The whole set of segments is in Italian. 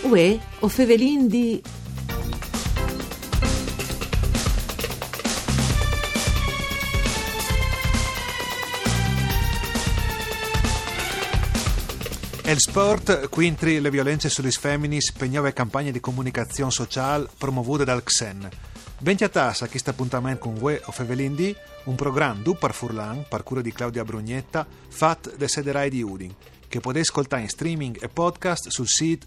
Uè, o fevelin di... Il sport, quintri le violenze sulle femmini, spegnove campagne di comunicazione sociale promovute dal XEN. Bentiatas a questo appuntamento con Uè o fevelin di, un programma du par Furlan, par cura di Claudia Brugnetta, fat de sede Rai di Udin, che potete ascoltare in streaming e podcast sul sito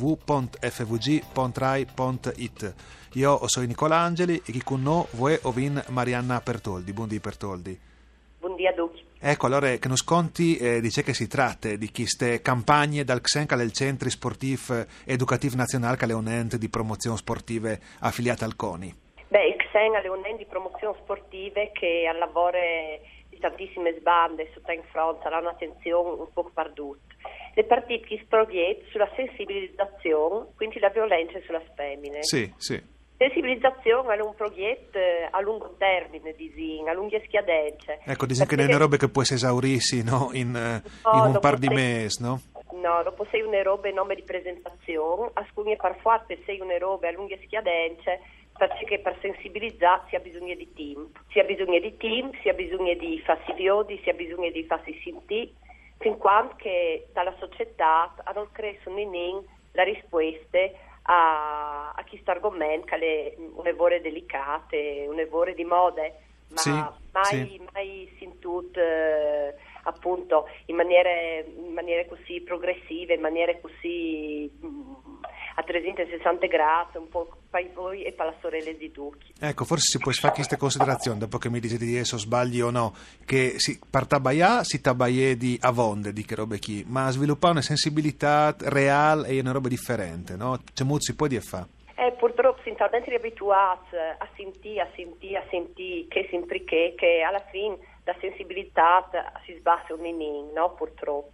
www.fvg.rai.it. Io sono Nicola Angeli e chi con noi Uè ovin Marianna Pertoldi. Buondì Pertoldi. Buondì a tutti. Ecco, allora, che nos conti dice che si tratta di queste campagne dal XEN, che è il Centro Sportivo Educativo Nazionale, che è un ente di promozione sportive affiliata al CONI. Il XEN è un ente di promozione sportive che lavora di tantissime sbande sotto in Francia, ha un'attenzione un po' perduta. Le partite che proietto sulla sensibilizzazione, quindi la violenza sulle femmine. Sì, sì. Sensibilizzazione è un progetto a lungo termine, a lunghe scadenze. Ecco, dicono che non è una roba che può esaurirsi, no? in un par di mesi, no? No, dopo sei una roba in nome di presentazione, a cui per forte sei una roba a lunghe scadenze, perché per sensibilizzare si ha bisogno di team. Si ha bisogno di team, si ha bisogno di farsi vedere, si ha bisogno di farsi sentire, fin quando che dalla società non crescono la risposta a questo argomento che è un'evore delicate, un'evore di mode, ma sì, mai sentito appunto in maniere così progressive, in maniere così a 360 gradi, un po' per voi e per la sorella di tutti. Ecco, forse si può fare queste considerazioni, dopo che mi dite di se sbagli o no, che si partabaia, si tabaie di avonde, di che robe chi, ma sviluppare una sensibilità reale e una roba differente, no? C'è molto si può dire fare. Purtroppo si sono tanti abituati a sentire che sempre che alla fine la sensibilità si sbassa un inning, no? Purtroppo.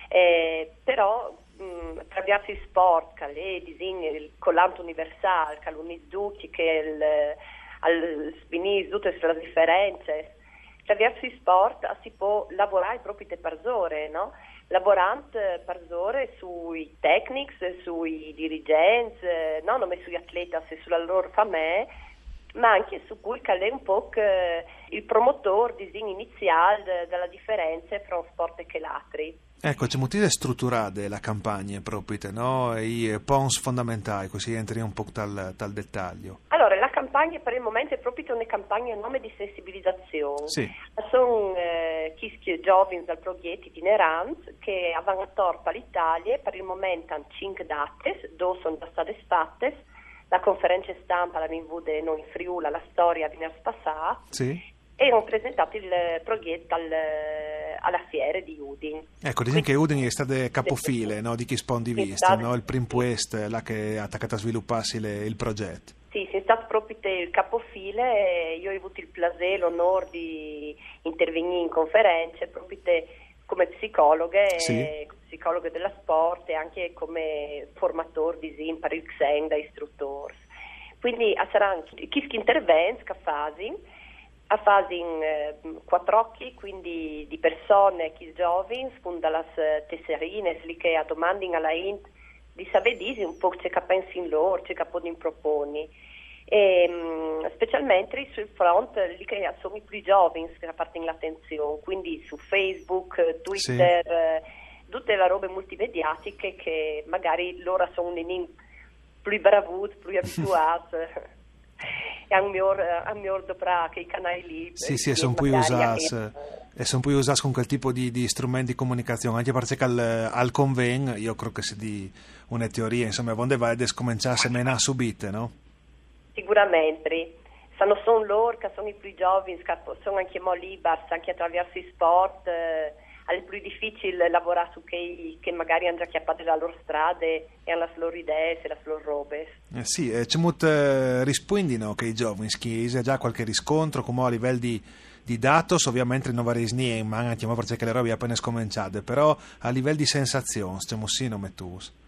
Però attraverso il sport, che è il collante universale, che l'unisduci, che al spinire tutte le differenze, attraverso il sport si può lavorare proprio per persone, no? Lavorando per ore sui tecnici, sui dirigenti, non solo sugli atleti e sulla loro famiglia, ma anche su cui è un po' il promotore iniziale della differenza tra uno sport e l'altro. Ecco, c'è motivo strutturate la campagna proprio, no? I punti fondamentali, così entri un po' tal dettaglio. Allora, la campagna per il momento è proprio una campagna a nome di sensibilizzazione. Sì. Sono chischie giovani dal progetto itineranti che avevano torto all'Italia, per il momento hanno 5 date, 2 sono già state fatte. La conferenza stampa l'abbiamo avuta noi in Friuli, la storia venerdì passato. Sì. E hanno presentato il progetto alla fiera di Udin. Ecco, dicono che Udin è stato capofile, no, di chi spondi vista, no? Il primo puesto là che è attaccato a svilupparsi il progetto. Sì, sei stato proprio il capofile e io ho avuto il piacere, l'onore di intervenire in conferenze proprio come psicologhe, sì. Psicologa della sport e anche come formatore di SIM per il XEN da istruttore. Quindi saranno chi interventi che fasi in 4 occhi, quindi di persone, chi giovani, dalle tesserine, lì che a domanding alla int di sapere un po' c'è che pensi in loro, c'è che possono proponi. E specialmente sul front lì che sono i più giovani che partono l'attenzione, quindi su Facebook, Twitter, sì. Tutte le robe multimediatiche che magari loro sono più bravuti, più abituati. E a miglior dovrà che i canali lì sì, sono più usati con quel tipo di strumenti di comunicazione, anche perché al conven io credo che sia di una teoria, insomma, quando va a scominciare a seminare subite, no? Sicuramente sono loro che sono i più giovani, che sono anche mo liberi, anche attraverso i sport, è più difficile lavorare su che magari hanno già chiappato le loro strade e hanno le loro idee e le loro robe. Sì, c'è molto rispondi, no, che i giovani, che c'è già qualche riscontro, come a livello di datos, ovviamente non va niente, ma anche perché le robe appena scominciate, però a livello di sensazioni, stiamo sì, non mettus.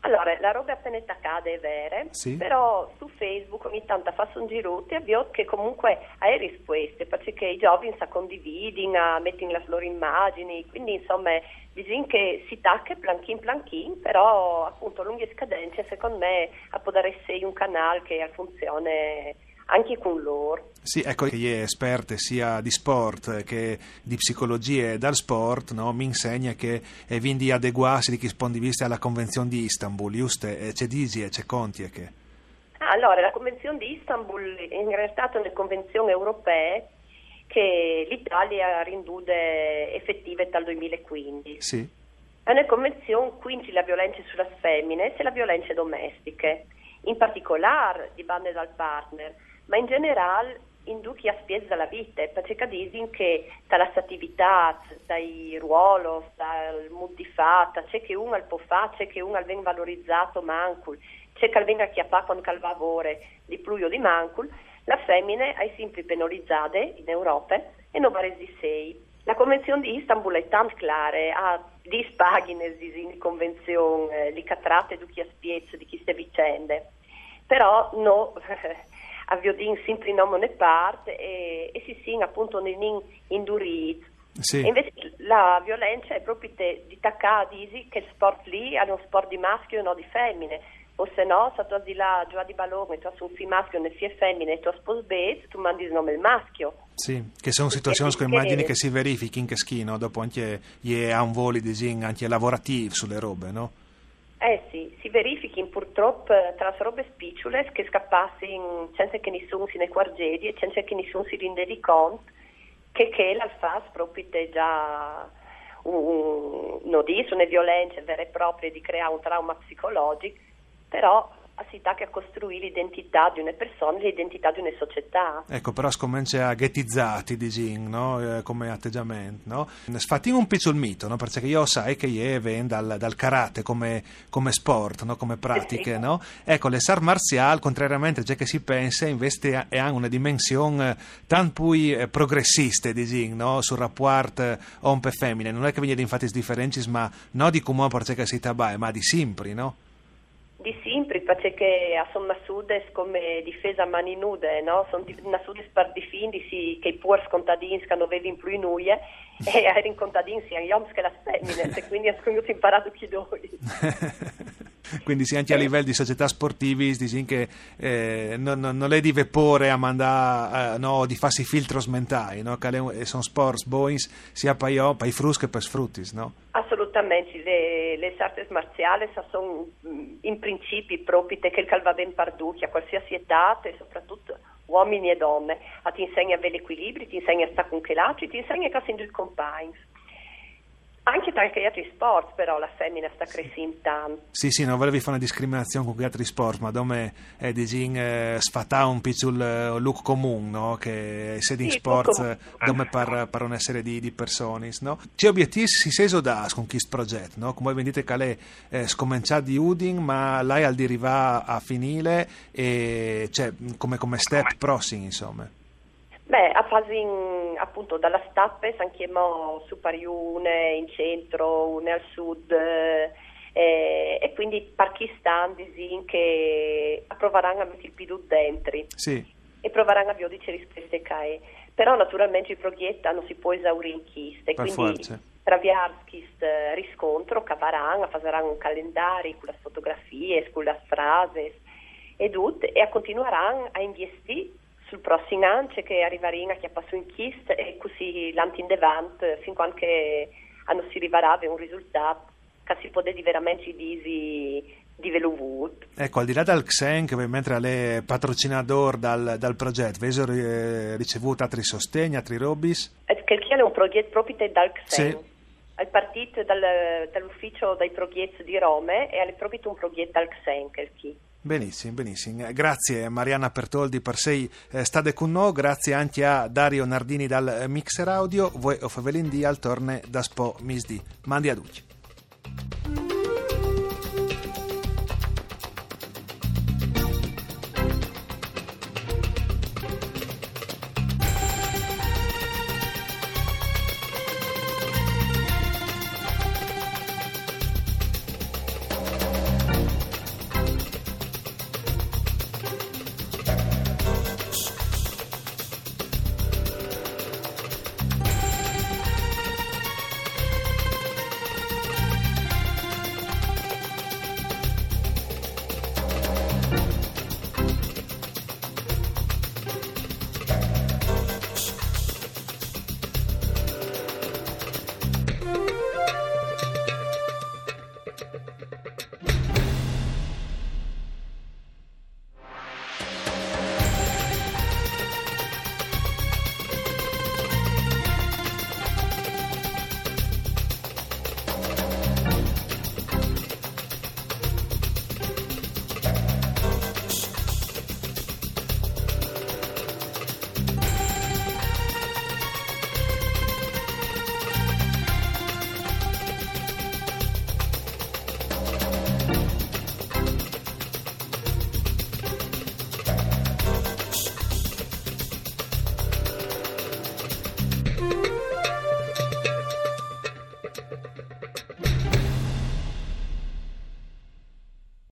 Allora, la roba appena accade è vera, sì. Però su Facebook ogni tanto faccio un giro e vedo che comunque hai risposte, perché i giovani si condividono, mettono le loro immagini, quindi insomma bisogna che si tacca planchin, però appunto a lunghe scadenze secondo me può dare essere un canale che funziona anche con loro. Sì, ecco che è esperta sia di sport che di psicologia e dal sport, no? Mi insegna che è quindi adeguarsi di chi risponde vista alla Convenzione di Istanbul, giusto? C'è disi e c'è conti e che? Allora, la Convenzione di Istanbul in realtà è una convenzione europea che l'Italia ha renduto effettive dal 2015. Sì. È una convenzione quindi la violenza sulle femmine e le violenze domestiche, in particolare di bande dal partner, ma in generale in tutti gli aspetti della vita, perché dicono che dalla attività, dai ruoli, dal multifata, c'è che uno può fare, c'è che uno viene valorizzato mancul, c'è che viene chiappato con il lavoro di più o di mancul, la femmina è sempre penalizzata in Europa e non va resi sei. La Convenzione di Istanbul è tanto clara, ha 10 pagine di convenzione, li tratta tutti gli aspetti di queste vicende, però no. Avviodin sempre non ne parte e si sing appunto in indurito. Sì. E invece la violenza è proprio di taccare disi che il sport lì è uno sport di maschio e non di femmine, o se no se tu di là gioca di ballone, tu hai un film maschio e un femmine e tu sposi base, tu mandi il nome il maschio. Sì, che sono situazioni che immagini che si verifichino che schino, dopo anche ha un volo di anche lavorativo sulle robe, no? Sì, si verifichi purtroppo tra le robe spicciole che scappassero senza che nessuno se ne accorgedi e senza che nessuno si rendevi conto che la fa proprio già non dice una violenza vera e propria di creare un trauma psicologico, però si sta a costruire l'identità di una persona, l'identità di una società. Ecco, però scomincia a ghettizzati di no? Come atteggiamento, no? Sfattiamo un piccolo mito, no? Perché io sai che viene dal karate come sport, no? Come pratiche, no? Ecco, le arti marziali, contrariamente a ciò che si pensa, invece hanno una dimensione tanto più progressista, no? Sul rapporto uomo e femmine. Non è che viene infatti differenze, ma non di come perché si tabai, ma di sempre, no? Di sempre, perché sono nascute come difesa a mani nude, no? Sono nascute per difendersi che i pur contadini che non avevano più noi e erano contadini sia gli uomini che le femmine, e quindi hanno imparato chi noi. Quindi sì, anche a livello di società sportivi dicono che non le deve porre a mandare di farsi filtros mentali, no? Che sono sport boins sia per i frus che per sfruttis, no? Assolutamente, le arti marziali sono in principi proprio che il va ben parducchia a qualsiasi età e soprattutto uomini e donne, ti insegna a avere l'equilibrio, ti insegna a stare con che lacci, ti insegna che sono due compagni. Anche tra gli altri sport, però, la femmina sta crescendo tanto. Sì, non volevi fare una discriminazione con gli altri sport, ma dove sfatare un piccolo look comune, no? Che se di sport dove per una serie di persone, no? C'è obiettivi si seso da con questo progetto, no? Come vedete che lei scominciato di Udin, ma lei al di arrivare a finire e cioè come step prossimi, insomma. Beh, a fase appunto dalla Stappe, anche su Pariune, in centro, une al sud, e quindi Pakistan disin che proveranno a mettere il più dentro e proveranno a vedere risposte che però naturalmente il progetto non si può esaurire in chiste, quindi traviare questo riscontro cavaranno, faranno un calendario con le fotografie, con le frasi e tutto, e continueranno a investire sul prossimo anno che arriveranno a chiappare in chist e così l'anno in davanti fin quando non si arriverà a un risultato che si può veramente dire di velovuto. Ecco, al di là dal XEN, che mentre lei è patrocinatore dal progetto, avete ricevuto altri sostegni, altri robis? Che è un progetto proprio dal XEN. Sì. È partito dall'ufficio dei progetti di Roma e è proprio un progetto dal XEN che Benissimo. Grazie Marianna Pertoldi per sei state con noi, grazie anche a Dario Nardini dal Mixer Audio, voi o Favelin di al torne da Spo Misdi. Mandi a tutti.